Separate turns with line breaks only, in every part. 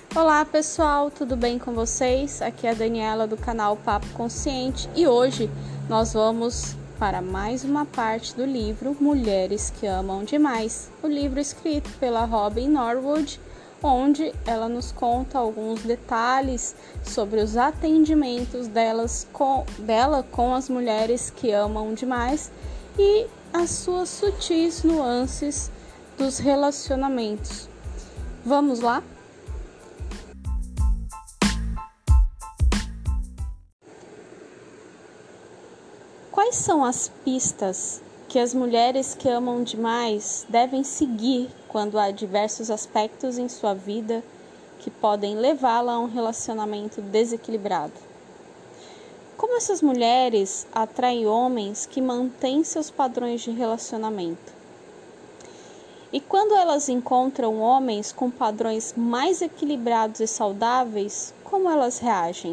Olá pessoal, tudo bem com vocês? Aqui é a Daniela do canal Papo Consciente e hoje nós vamos para mais uma parte do livro Mulheres que Amam Demais, o livro escrito pela Robin Norwood, onde ela nos conta alguns detalhes sobre os atendimentos dela com as mulheres que amam demais e as suas sutis nuances dos relacionamentos. Vamos lá? Quais são as pistas que as mulheres que amam demais devem seguir quando há diversos aspectos em sua vida que podem levá-la a um relacionamento desequilibrado? Como essas mulheres atraem homens que mantêm seus padrões de relacionamento? E quando elas encontram homens com padrões mais equilibrados e saudáveis, como elas reagem?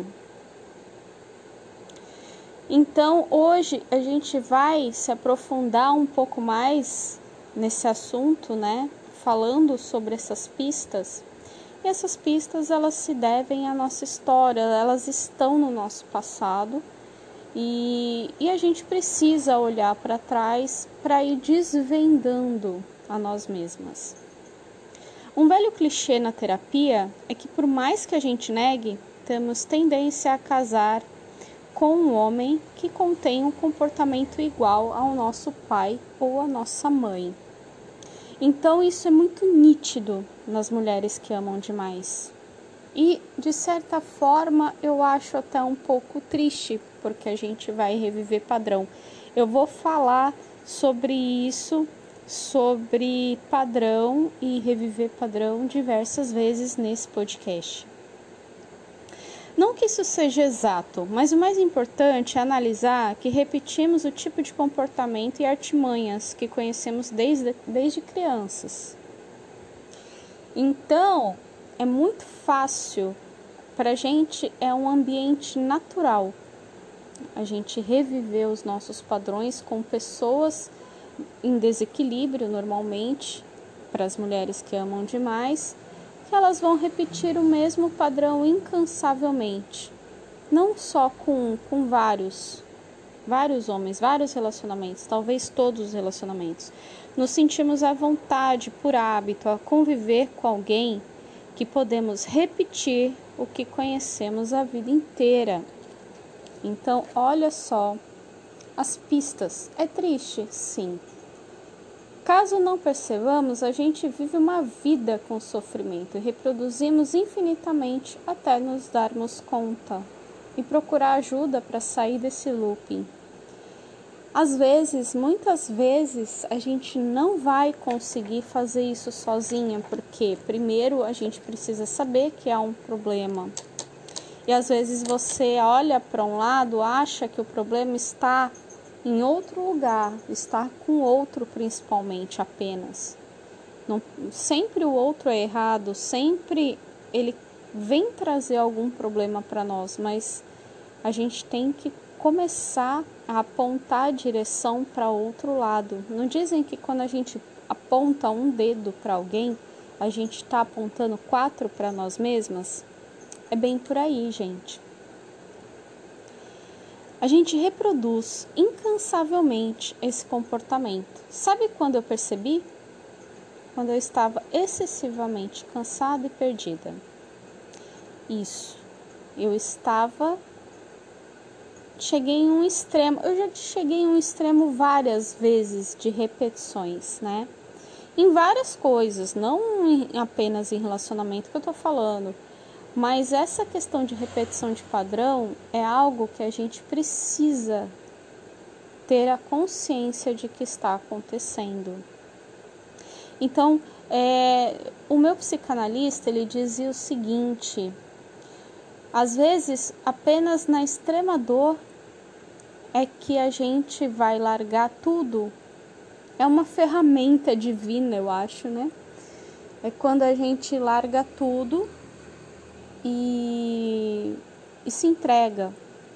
Então, hoje a gente vai se aprofundar um pouco mais nesse assunto, né? Falando sobre essas pistas. E essas pistas, elas se devem à nossa história, elas estão no nosso passado. E a gente precisa olhar para trás para ir desvendando a nós mesmas. Um velho clichê na terapia é que por mais que a gente negue, temos tendência a casar com um homem que contém um comportamento igual ao nosso pai ou à nossa mãe. Então isso é muito nítido nas mulheres que amam demais. E de certa forma eu acho até um pouco triste, porque a gente vai reviver padrão. Eu vou falar sobre isso, sobre padrão e reviver padrão diversas vezes nesse podcast. Não que isso seja exato, mas o mais importante é analisar que repetimos o tipo de comportamento e artimanhas que conhecemos desde crianças. Então, é muito fácil, para a gente é um ambiente natural a gente reviver os nossos padrões com pessoas em desequilíbrio normalmente, para as mulheres que amam demais, que elas vão repetir o mesmo padrão incansavelmente, não só com vários homens, vários relacionamentos, talvez todos os relacionamentos. Nos sentimos à vontade, por hábito, a conviver com alguém que podemos repetir o que conhecemos a vida inteira. Então, olha só, as pistas. É triste, sim. Caso não percebamos, a gente vive uma vida com sofrimento e reproduzimos infinitamente até nos darmos conta e procurar ajuda para sair desse looping. Às vezes, muitas vezes, a gente não vai conseguir fazer isso sozinha, porque primeiro a gente precisa saber que há um problema. E às vezes você olha para um lado, acha que o problema está em outro lugar, estar com outro principalmente apenas. Não, sempre o outro é errado, sempre ele vem trazer algum problema para nós, mas a gente tem que começar a apontar a direção para outro lado. Não dizem que quando a gente aponta um dedo para alguém, a gente está apontando 4 para nós mesmas? É bem por aí, gente. A gente reproduz incansavelmente esse comportamento. Sabe quando eu percebi? Quando eu estava excessivamente cansada e perdida. Isso. Cheguei em um extremo. Eu já cheguei em um extremo várias vezes de repetições, né? Em várias coisas, não apenas em relacionamento que eu tô falando. Mas essa questão de repetição de padrão é algo que a gente precisa ter a consciência de que está acontecendo. Então, o meu psicanalista, ele dizia o seguinte: às vezes, apenas na extrema dor é que a gente vai largar tudo. É uma ferramenta divina, eu acho, né? É quando a gente larga tudo e se entrega,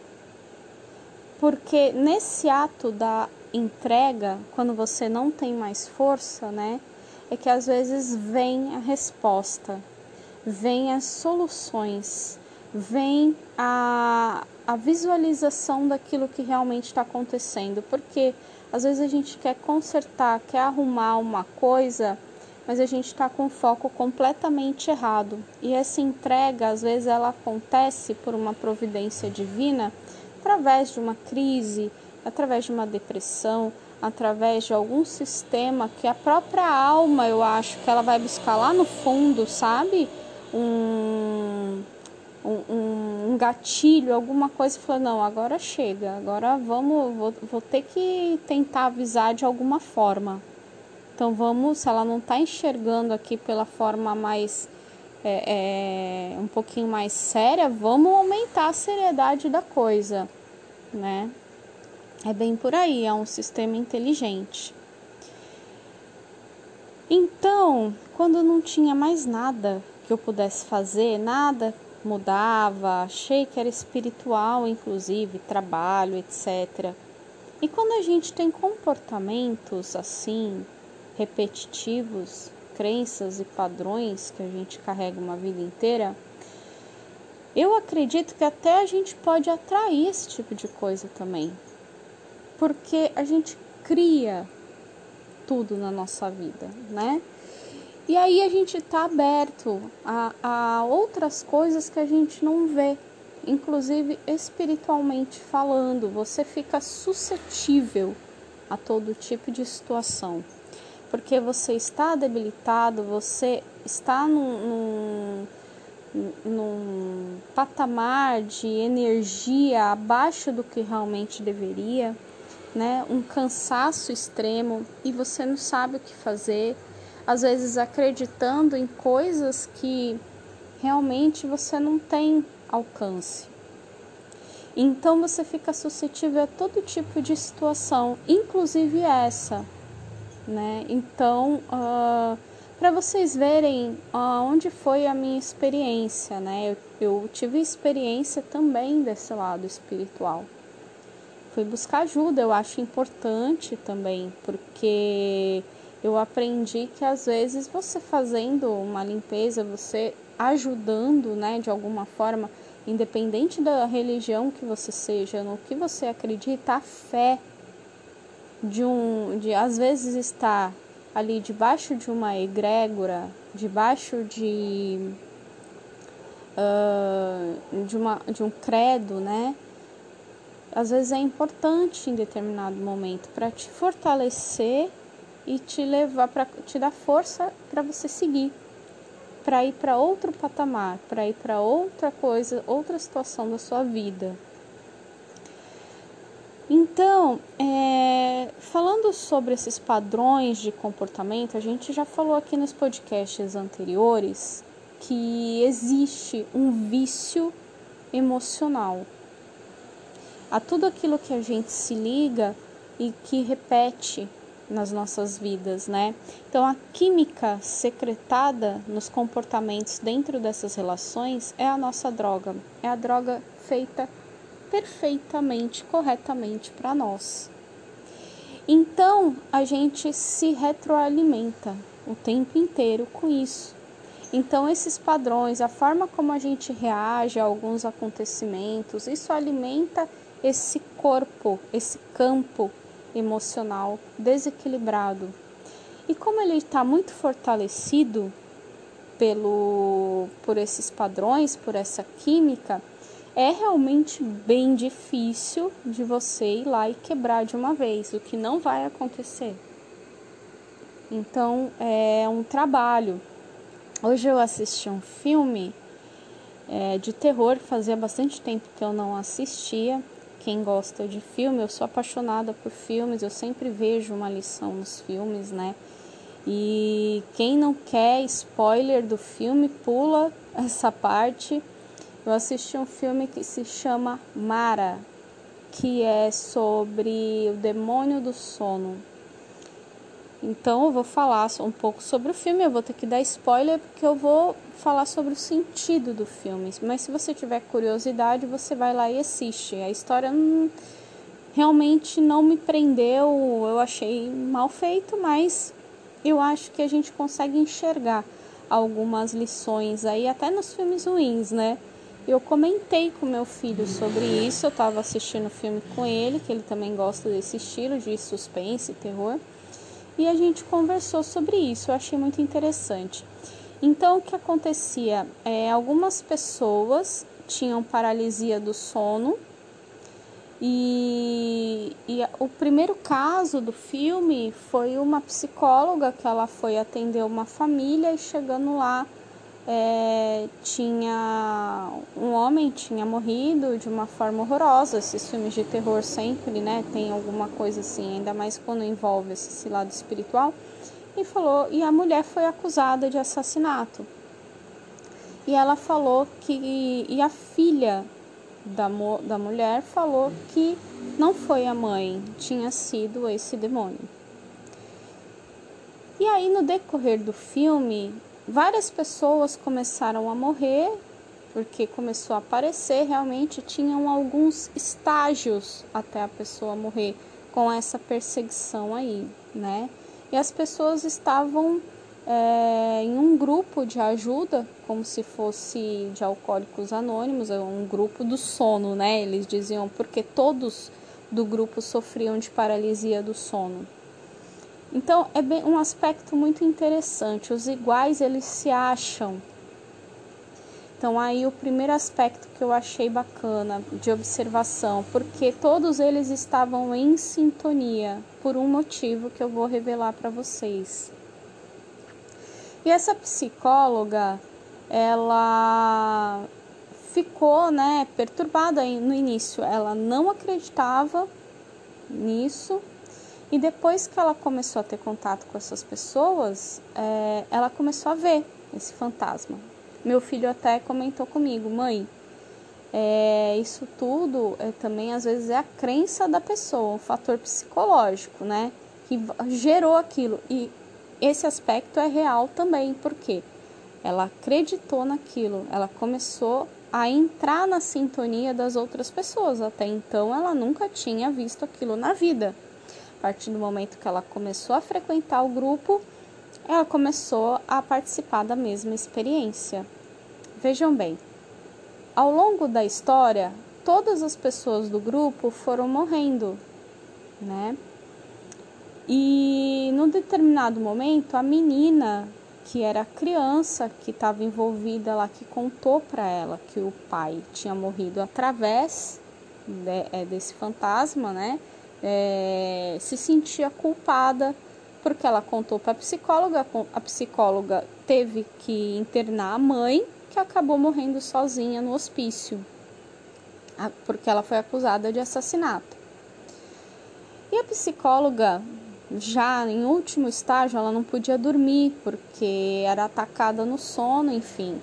porque nesse ato da entrega, quando você não tem mais força, né, é que às vezes vem a resposta, vem as soluções, vem a visualização daquilo que realmente está acontecendo, porque às vezes a gente quer consertar, quer arrumar uma coisa, mas a gente está com o foco completamente errado. E essa entrega, às vezes, ela acontece por uma providência divina, através de uma crise, através de uma depressão, através de algum sistema que a própria alma, eu acho, que ela vai buscar lá no fundo, sabe? Um gatilho, alguma coisa, e falou, não, agora chega, agora vou ter que tentar avisar de alguma forma. Então vamos, se ela não está enxergando aqui pela forma mais, um pouquinho mais séria, vamos aumentar a seriedade da coisa, né? É bem por aí, é um sistema inteligente. Então, quando não tinha mais nada que eu pudesse fazer, nada mudava, achei que era espiritual, inclusive, trabalho, etc. E quando a gente tem comportamentos assim, repetitivos, crenças e padrões que a gente carrega uma vida inteira, eu acredito que até a gente pode atrair esse tipo de coisa também. Porque a gente cria tudo na nossa vida, né? E aí a gente está aberto a outras coisas que a gente não vê, inclusive espiritualmente falando, você fica suscetível a todo tipo de situação, porque você está debilitado, você está num patamar de energia abaixo do que realmente deveria, né? Um cansaço extremo e você não sabe o que fazer, às vezes acreditando em coisas que realmente você não tem alcance. Então você fica suscetível a todo tipo de situação, inclusive essa, né? Então, para vocês verem onde foi a minha experiência, né? Eu tive experiência também desse lado espiritual. Fui buscar ajuda, eu acho importante também, porque eu aprendi que às vezes você fazendo uma limpeza, você ajudando, né, de alguma forma, independente da religião que você seja, no que você acredita, a fé de às vezes estar ali debaixo de uma egrégora, debaixo de um credo, né? Às vezes é importante em determinado momento para te fortalecer e te levar, para te dar força para você seguir, para ir para outro patamar, para ir para outra coisa, outra situação da sua vida. Então, falando sobre esses padrões de comportamento, a gente já falou aqui nos podcasts anteriores que existe um vício emocional a tudo aquilo que a gente se liga e que repete nas nossas vidas, né? Então, a química secretada nos comportamentos dentro dessas relações é a nossa droga. É a droga feita perfeitamente, corretamente para nós. Então, a gente se retroalimenta o tempo inteiro com isso. Então, esses padrões, a forma como a gente reage a alguns acontecimentos, isso alimenta esse corpo, esse campo emocional desequilibrado. E como ele está muito fortalecido por esses padrões, por essa química, é realmente bem difícil de você ir lá e quebrar de uma vez, o que não vai acontecer. Então, é um trabalho. Hoje eu assisti um filme de terror, fazia bastante tempo que eu não assistia. Quem gosta de filme, eu sou apaixonada por filmes, eu sempre vejo uma lição nos filmes, né? E quem não quer spoiler do filme, pula essa parte. Eu assisti um filme que se chama Mara, que é sobre o demônio do sono. Então eu vou falar um pouco sobre o filme, eu vou ter que dar spoiler porque eu vou falar sobre o sentido do filme. Mas se você tiver curiosidade, você vai lá e assiste. A história realmente não me prendeu, eu achei mal feito, mas eu acho que a gente consegue enxergar algumas lições aí, até nos filmes ruins, né? Eu comentei com meu filho sobre isso, eu estava assistindo o filme com ele, que ele também gosta desse estilo de suspense, terror, e a gente conversou sobre isso, eu achei muito interessante. Então, o que acontecia? Algumas pessoas tinham paralisia do sono, e o primeiro caso do filme foi uma psicóloga que ela foi atender uma família e chegando lá, tinha um homem tinha morrido de uma forma horrorosa. Esses filmes de terror sempre, né, tem alguma coisa assim, ainda mais quando envolve esse lado espiritual. E a mulher foi acusada de assassinato. E ela falou e a filha da mulher falou que não foi a mãe, tinha sido esse demônio. E aí, no decorrer do filme, várias pessoas começaram a morrer, porque começou a aparecer, realmente tinham alguns estágios até a pessoa morrer com essa perseguição aí, né? E as pessoas estavam em um grupo de ajuda, como se fosse de alcoólicos anônimos, um grupo do sono, né? Eles diziam porque todos do grupo sofriam de paralisia do sono. Então, é bem um aspecto muito interessante. Os iguais, eles se acham. Então, aí o primeiro aspecto que eu achei bacana de observação, porque todos eles estavam em sintonia, por um motivo que eu vou revelar para vocês. E essa psicóloga, ela ficou, né, perturbada no início. Ela não acreditava nisso. E depois que ela começou a ter contato com essas pessoas, ela começou a ver esse fantasma. Meu filho até comentou comigo: mãe, isso tudo também às vezes é a crença da pessoa, um fator psicológico, né? Que gerou aquilo. E esse aspecto é real também, porque ela acreditou naquilo, ela começou a entrar na sintonia das outras pessoas. Até então ela nunca tinha visto aquilo na vida. A partir do momento que ela começou a frequentar o grupo, ela começou a participar da mesma experiência. Vejam bem, ao longo da história, todas as pessoas do grupo foram morrendo, né? E num determinado momento, a menina, que era a criança que estava envolvida lá, que contou para ela que o pai tinha morrido através desse fantasma, né? Se sentia culpada porque ela contou para a psicóloga teve que internar a mãe, que acabou morrendo sozinha no hospício, porque ela foi acusada de assassinato. E a psicóloga, já em último estágio, ela não podia dormir porque era atacada no sono, enfim.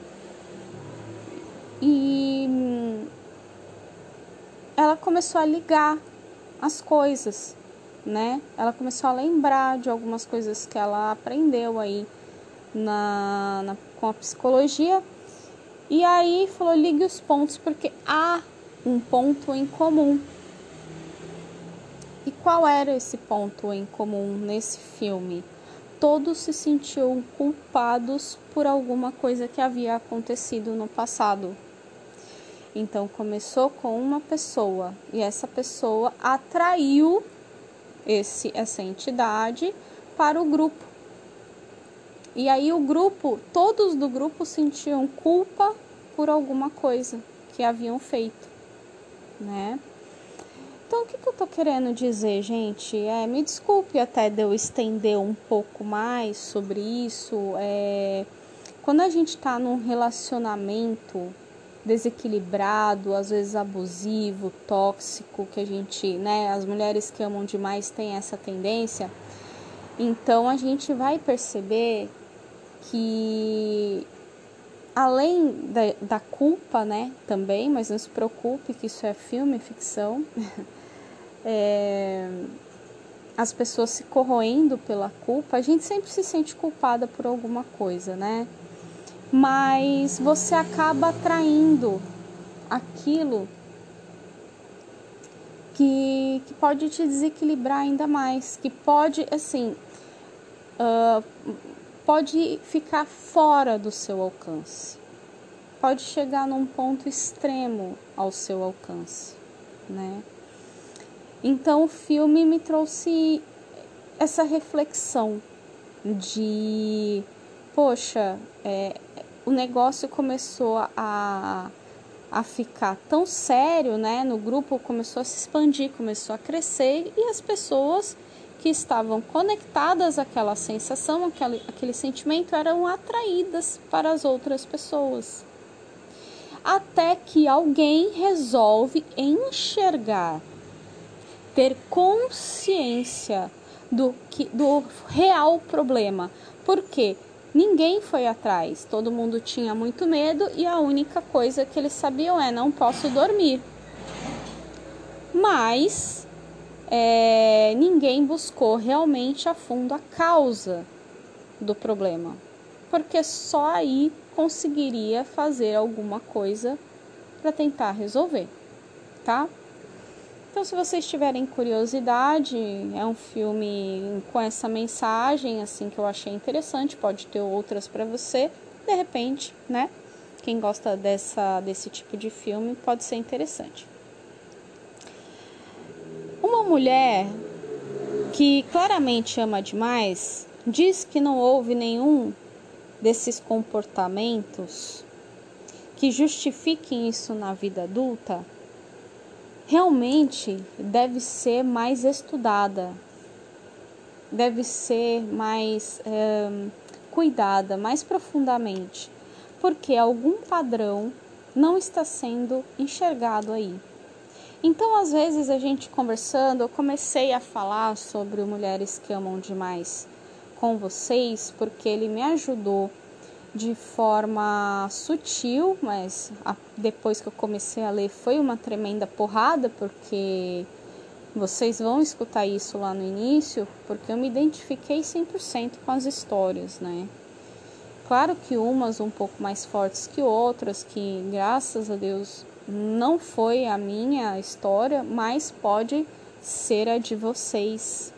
E ela começou a ligar as coisas, né? Ela começou a lembrar de algumas coisas que ela aprendeu aí com a psicologia. E aí falou: ligue os pontos, porque há um ponto em comum. E qual era esse ponto em comum nesse filme? Todos se sentiam culpados por alguma coisa que havia acontecido no passado. Então começou com uma pessoa e essa pessoa atraiu essa entidade para o grupo. E aí todos do grupo sentiam culpa por alguma coisa que haviam feito, né? Então, o que eu tô querendo dizer, gente? Me desculpe até de eu estender um pouco mais sobre isso. Quando a gente tá num relacionamento desequilibrado, às vezes abusivo, tóxico, que a gente, né, as mulheres que amam demais têm essa tendência, então a gente vai perceber que além da culpa, né, também, mas não se preocupe que isso é filme, ficção, as pessoas se corroendo pela culpa, a gente sempre se sente culpada por alguma coisa, né? Mas você acaba atraindo aquilo que pode te desequilibrar ainda mais, que pode, assim, pode ficar fora do seu alcance, pode chegar num ponto extremo ao seu alcance, né? Então o filme me trouxe essa reflexão de, poxa, o negócio começou a ficar tão sério, né? No grupo começou a se expandir, começou a crescer, e as pessoas que estavam conectadas àquela sensação, aquele sentimento, eram atraídas para as outras pessoas. Até que alguém resolve enxergar, ter consciência do real problema. Por quê? Ninguém foi atrás, todo mundo tinha muito medo e a única coisa que eles sabiam é: não posso dormir. Mas ninguém buscou realmente a fundo a causa do problema, porque só aí conseguiria fazer alguma coisa para tentar resolver, tá? Então, se vocês tiverem curiosidade, é um filme com essa mensagem, assim, que eu achei interessante, pode ter outras para você, de repente, né? Quem gosta desse tipo de filme, pode ser interessante. Uma mulher que claramente ama demais, diz que não houve nenhum desses comportamentos que justifiquem isso na vida adulta, realmente deve ser mais estudada, deve ser mais cuidada, mais profundamente, porque algum padrão não está sendo enxergado aí. Então, às vezes, a gente conversando, eu comecei a falar sobre Mulheres que Amam Demais com vocês, porque ele me ajudou de forma sutil, mas depois que eu comecei a ler foi uma tremenda porrada, porque vocês vão escutar isso lá no início, porque eu me identifiquei 100% com as histórias, né? Claro que umas um pouco mais fortes que outras, que graças a Deus não foi a minha história, mas pode ser a de vocês.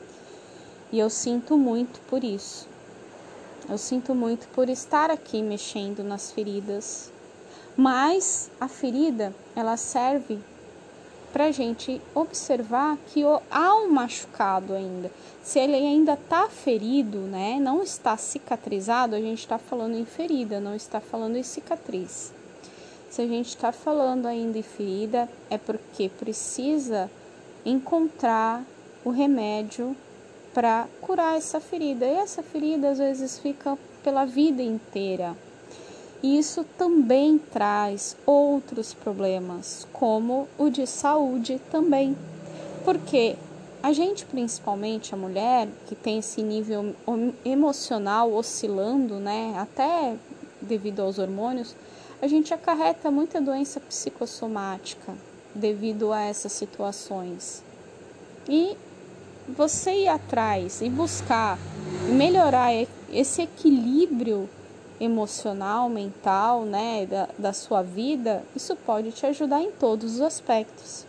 E eu sinto muito por isso. Eu sinto muito por estar aqui mexendo nas feridas. Mas a ferida, ela serve para a gente observar que há um machucado ainda. Se ele ainda está ferido, né, não está cicatrizado, a gente está falando em ferida, não está falando em cicatriz. Se a gente está falando ainda em ferida, é porque precisa encontrar o remédio para curar essa ferida. E essa ferida às vezes fica pela vida inteira. E isso também traz outros problemas, como o de saúde também. Porque a gente, principalmente a mulher, que tem esse nível emocional oscilando, né, até devido aos hormônios, a gente acarreta muita doença psicossomática devido a essas situações. E você ir atrás e buscar melhorar esse equilíbrio emocional, mental, né, da sua vida, isso pode te ajudar em todos os aspectos.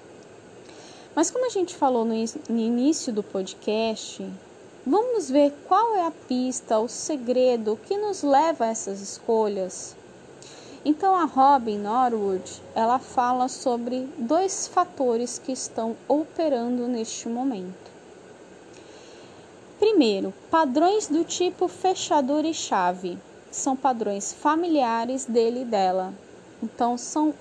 Mas como a gente falou no início do podcast, vamos ver qual é a pista, o segredo que nos leva a essas escolhas. Então a Robin Norwood, ela fala sobre 2 fatores que estão operando neste momento. Primeiro, padrões do tipo fechadura e chave. São padrões familiares dele e dela. Então são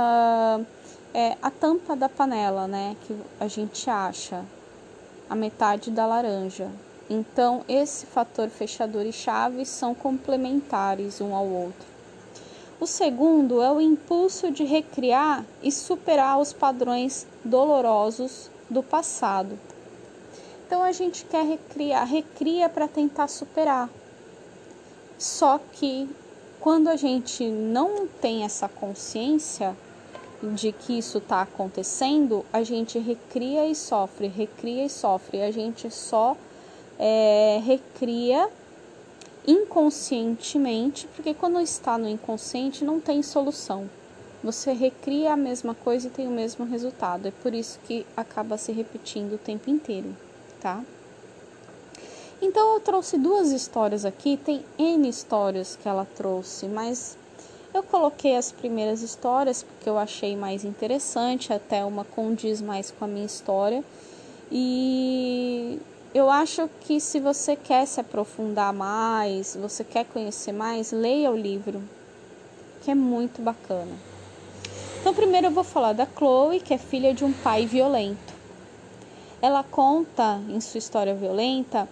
a tampa da panela, né, que a gente acha, a metade da laranja. Então esse fator fechadura e chave são complementares um ao outro. O segundo é o impulso de recriar e superar os padrões dolorosos do passado. Então a gente quer recria para tentar superar. Só que quando a gente não tem essa consciência de que isso está acontecendo, a gente recria e sofre. A gente só recria inconscientemente, porque quando está no inconsciente não tem solução. Você recria a mesma coisa e tem o mesmo resultado. É por isso que acaba se repetindo o tempo inteiro, tá? Então eu trouxe 2 histórias aqui, tem N histórias que ela trouxe, mas eu coloquei as primeiras histórias porque eu achei mais interessante, até uma condiz mais com a minha história. E eu acho que se você quer se aprofundar mais, você quer conhecer mais, leia o livro, que é muito bacana. Então primeiro eu vou falar da Chloe, que é filha de um pai violento. Ela conta em sua história violenta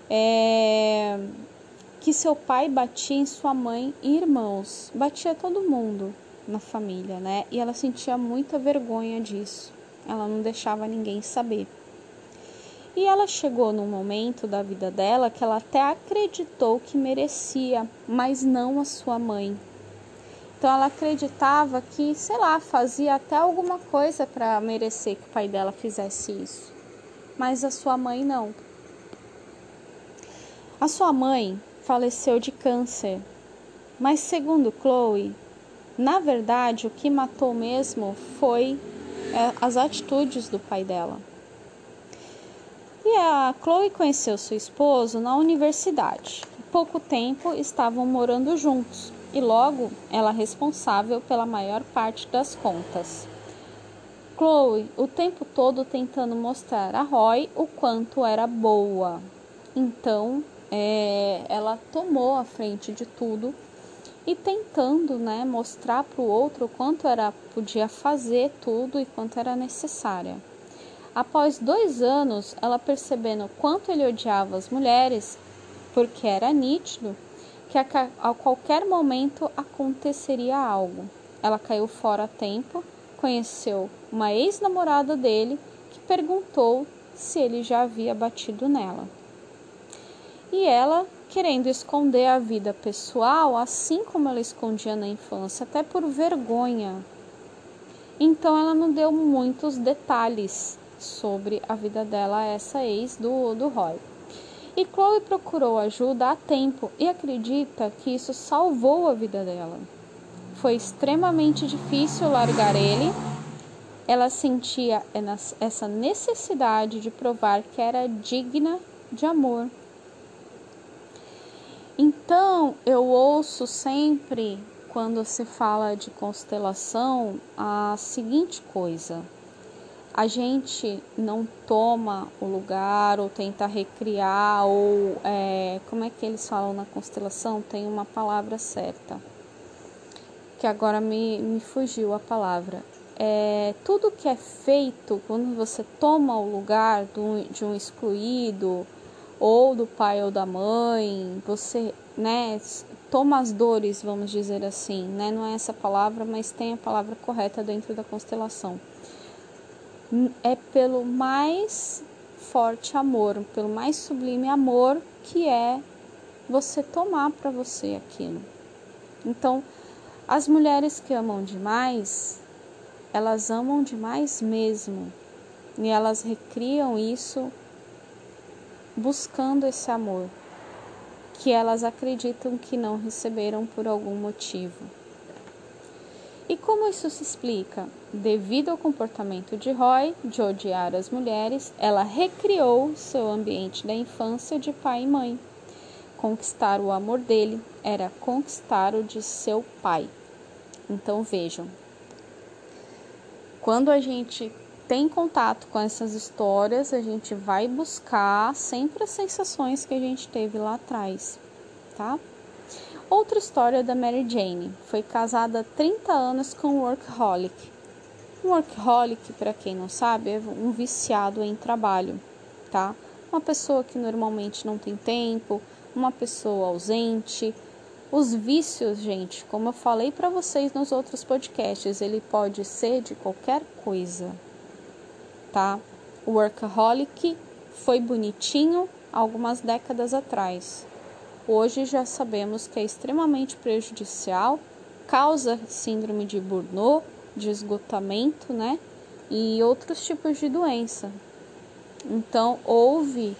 que seu pai batia em sua mãe e irmãos, batia todo mundo na família, né? E ela sentia muita vergonha disso, ela não deixava ninguém saber. E ela chegou num momento da vida dela que ela até acreditou que merecia, mas não a sua mãe. Então ela acreditava que, sei lá, fazia até alguma coisa para merecer que o pai dela fizesse isso, mas a sua mãe não. A sua mãe faleceu de câncer, mas segundo Chloe, na verdade o que matou mesmo foi as atitudes do pai dela. E a Chloe conheceu seu esposo na universidade. Em pouco tempo estavam morando juntos e logo ela responsável pela maior parte das contas. Chloe o tempo todo tentando mostrar a Roy o quanto era boa. Então ela tomou a frente de tudo e tentando, né, mostrar para o outro o quanto ela podia fazer tudo e quanto era necessária. Após 2 anos, ela percebendo quanto ele odiava as mulheres, porque era nítido que a qualquer momento aconteceria algo. Ela caiu fora a tempo, conheceu uma ex-namorada dele que perguntou se ele já havia batido nela. E ela, querendo esconder a vida pessoal, assim como ela escondia na infância, até por vergonha. Então ela não deu muitos detalhes sobre a vida dela, essa ex do Roy. E Chloe procurou ajuda a tempo e acredita que isso salvou a vida dela. Foi extremamente difícil largar ele. Ela sentia essa necessidade de provar que era digna de amor. Então, eu ouço sempre, quando se fala de constelação, a seguinte coisa: a gente não toma o lugar ou tenta recriar, ou como é que eles falam na constelação? Tem uma palavra certa, que agora me fugiu a palavra. Tudo que é feito quando você toma o lugar de um excluído, ou do pai ou da mãe, você, né, toma as dores, vamos dizer assim, né? Não é essa palavra, mas tem a palavra correta dentro da constelação. É pelo mais forte amor, pelo mais sublime amor que é você tomar para você aquilo. Então, as mulheres que amam demais, elas amam demais mesmo, e elas recriam isso buscando esse amor, que elas acreditam que não receberam por algum motivo. E como isso se explica? Devido ao comportamento de Roy, de odiar as mulheres, ela recriou seu ambiente da infância de pai e mãe. Conquistar o amor dele era conquistar o de seu pai. Então vejam, quando a gente tem contato com essas histórias, a gente vai buscar sempre as sensações que a gente teve lá atrás, tá? Outra história da Mary Jane. Foi casada há 30 anos com um workaholic. Um workaholic, para quem não sabe, é um viciado em trabalho, tá? Uma pessoa que normalmente não tem tempo, uma pessoa ausente. Os vícios, gente, como eu falei para vocês nos outros podcasts, ele pode ser de qualquer coisa, tá? O workaholic foi bonitinho algumas décadas atrás. Hoje já sabemos que é extremamente prejudicial, causa síndrome de Burnout, de esgotamento, né? E outros tipos de doença. Então, houve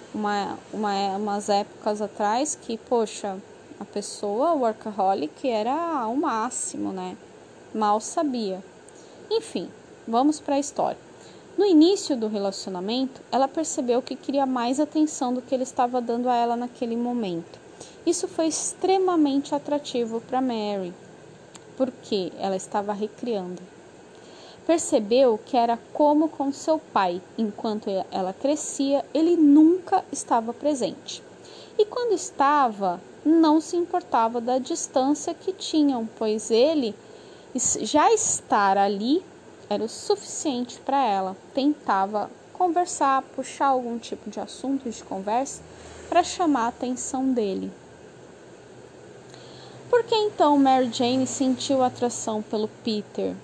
umas épocas atrás que, poxa, a pessoa, o workaholic, era o máximo, né? Mal sabia. Enfim, vamos para a história. No início do relacionamento, ela percebeu que queria mais atenção do que ele estava dando a ela naquele momento. Isso foi extremamente atrativo para Mary, porque ela estava recriando. Percebeu que era como com seu pai. Enquanto ela crescia, ele nunca estava presente. E quando estava, não se importava da distância que tinham, pois ele já estar ali era o suficiente para ela. Tentava conversar, puxar algum tipo de assunto de conversa para chamar a atenção dele. Por que então Mary Jane sentiu atração pelo Peter?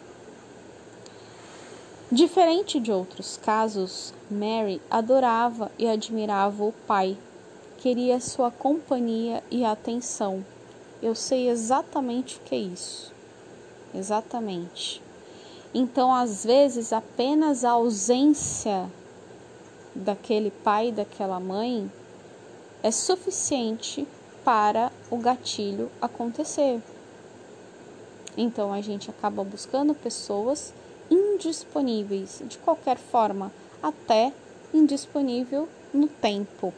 Diferente de outros casos, Mary adorava e admirava o pai. Queria sua companhia e atenção. Eu sei exatamente o que é isso. Exatamente. Então, às vezes, apenas a ausência daquele pai e daquela mãe é suficiente para o gatilho acontecer. Então, a gente acaba buscando pessoas indisponíveis, de qualquer forma, até indisponível no tempo.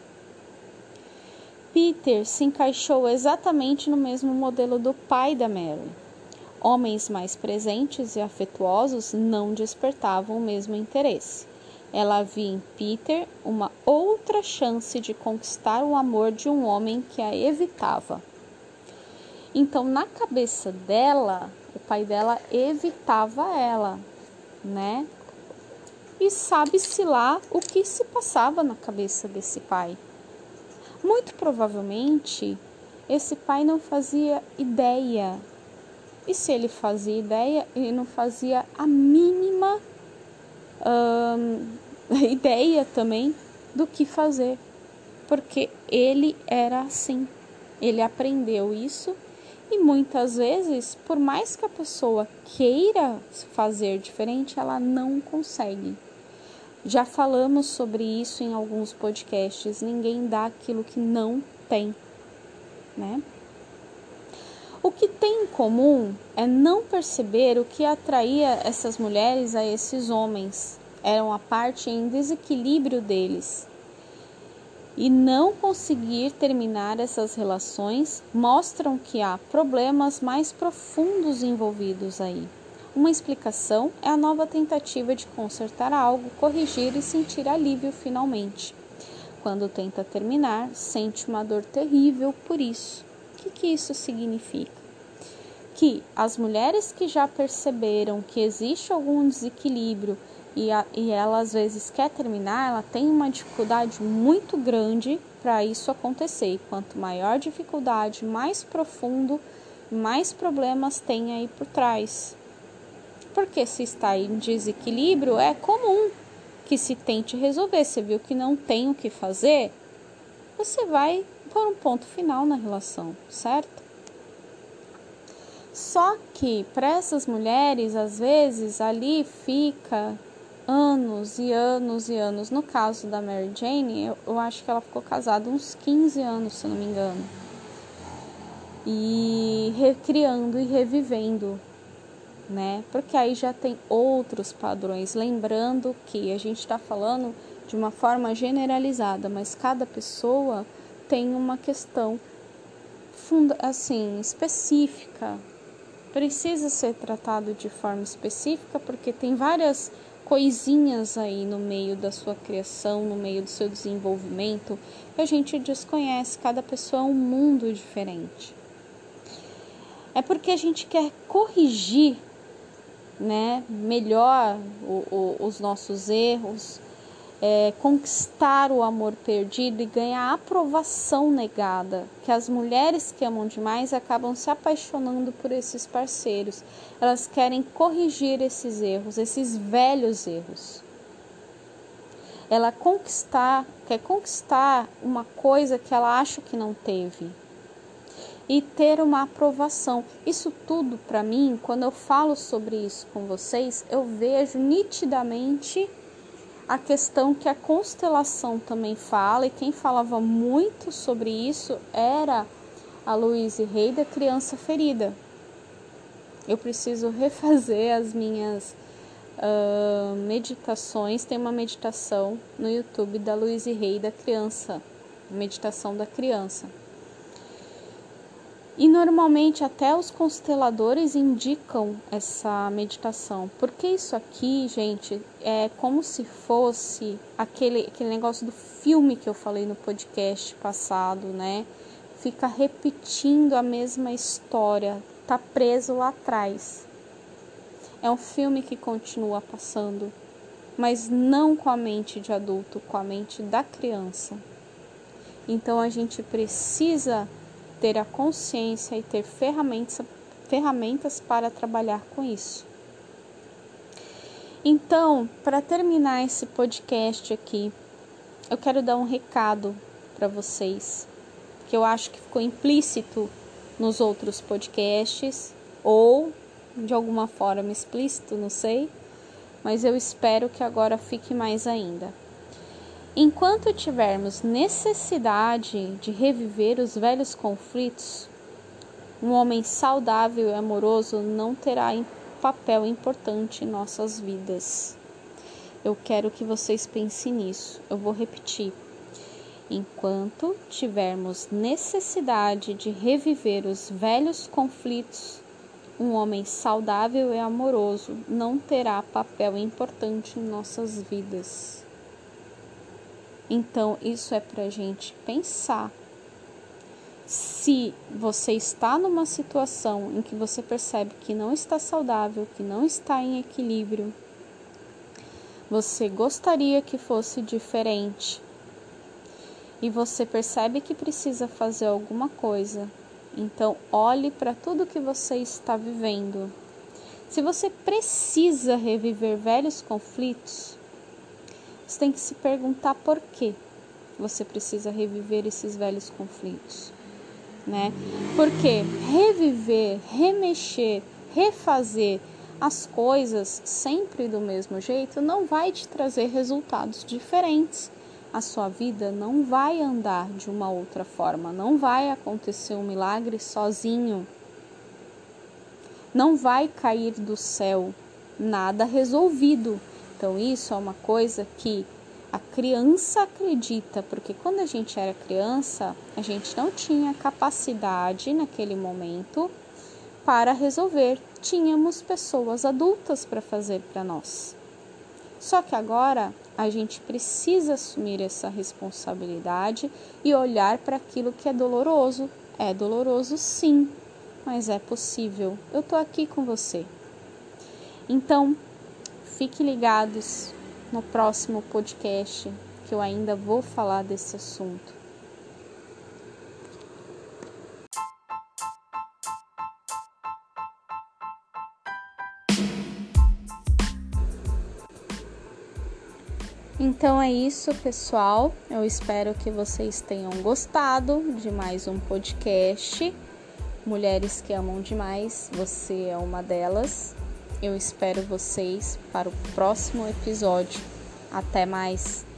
Peter se encaixou exatamente no mesmo modelo do pai da Mary. Homens mais presentes e afetuosos não despertavam o mesmo interesse. Ela via em Peter uma outra chance de conquistar o amor de um homem que a evitava. Então, na cabeça dela, o pai dela evitava ela, né? E sabe-se lá o que se passava na cabeça desse pai. Muito provavelmente, esse pai não fazia ideia. E se ele fazia ideia, ele não fazia a mínima ideia também do que fazer. Porque ele era assim. Ele aprendeu isso. E muitas vezes, por mais que a pessoa queira fazer diferente, ela não consegue. Já falamos sobre isso em alguns podcasts. Ninguém dá aquilo que não tem, né? O que tem em comum é não perceber o que atraía essas mulheres a esses homens. Eram a parte em desequilíbrio deles. E não conseguir terminar essas relações mostram que há problemas mais profundos envolvidos aí. Uma explicação é a nova tentativa de consertar algo, corrigir e sentir alívio finalmente. Quando tenta terminar, sente uma dor terrível por isso. O que isso significa? Que as mulheres que já perceberam que existe algum desequilíbrio e ela às vezes quer terminar, ela tem uma dificuldade muito grande para isso acontecer. E quanto maior dificuldade, mais profundo, mais problemas tem aí por trás. Porque se está em desequilíbrio, é comum que se tente resolver. Você viu que não tem o que fazer, você vai pôr um ponto final na relação, certo? Só que para essas mulheres, às vezes, ali fica anos e anos e anos. No caso da Mary Jane, eu acho que ela ficou casada uns 15 anos, se não me engano. E recriando e revivendo, né? Porque aí já tem outros padrões. Lembrando que a gente está falando de uma forma generalizada, mas cada pessoa tem uma questão assim, específica. Precisa ser tratado de forma específica, porque tem várias coisinhas aí no meio da sua criação, no meio do seu desenvolvimento, que a gente desconhece. Cada pessoa é um mundo diferente. É porque a gente quer corrigir, né, melhor os nossos erros, conquistar o amor perdido e ganhar a aprovação negada, que as mulheres que amam demais acabam se apaixonando por esses parceiros. Elas querem corrigir esses erros, esses velhos erros. Ela quer conquistar uma coisa que ela acha que não teve e ter uma aprovação. Isso tudo, para mim, quando eu falo sobre isso com vocês, eu vejo nitidamente a questão que a constelação também fala, e quem falava muito sobre isso era a Louise Hay, da Criança Ferida. Eu preciso refazer as minhas meditações. Tem uma meditação no YouTube da Louise Hay da criança, meditação da criança. E normalmente até os consteladores indicam essa meditação, porque isso aqui, gente, é como se fosse aquele negócio do filme que eu falei no podcast passado, né? Fica repetindo a mesma história, tá preso lá atrás. É um filme que continua passando, mas não com a mente de adulto, com a mente da criança. Então a gente precisa ter a consciência e ter ferramentas para trabalhar com isso. Então, para terminar esse podcast aqui, eu quero dar um recado para vocês, que eu acho que ficou implícito nos outros podcasts, ou de alguma forma explícito, não sei, mas eu espero que agora fique mais ainda. Enquanto tivermos necessidade de reviver os velhos conflitos, um homem saudável e amoroso não terá papel importante em nossas vidas. Eu quero que vocês pensem nisso. Eu vou repetir. Enquanto tivermos necessidade de reviver os velhos conflitos, um homem saudável e amoroso não terá papel importante em nossas vidas. Então, isso é para a gente pensar. Se você está numa situação em que você percebe que não está saudável, que não está em equilíbrio, você gostaria que fosse diferente, e você percebe que precisa fazer alguma coisa, então olhe para tudo que você está vivendo. Se você precisa reviver velhos conflitos, você tem que se perguntar por que você precisa reviver esses velhos conflitos, né? Porque reviver, remexer, refazer as coisas sempre do mesmo jeito não vai te trazer resultados diferentes. A sua vida não vai andar de uma outra forma, não vai acontecer um milagre sozinho. Não vai cair do céu nada resolvido. Então isso é uma coisa que a criança acredita, porque quando a gente era criança, a gente não tinha capacidade naquele momento para resolver. Tínhamos pessoas adultas para fazer para nós. Só que agora a gente precisa assumir essa responsabilidade e olhar para aquilo que é doloroso. É doloroso sim, mas é possível. Eu estou aqui com você. Então, fiquem ligados no próximo podcast, que eu ainda vou falar desse assunto. Então é isso, pessoal. Eu espero que vocês tenham gostado de mais um podcast. Mulheres que amam demais, você é uma delas. Eu espero vocês para o próximo episódio. Até mais!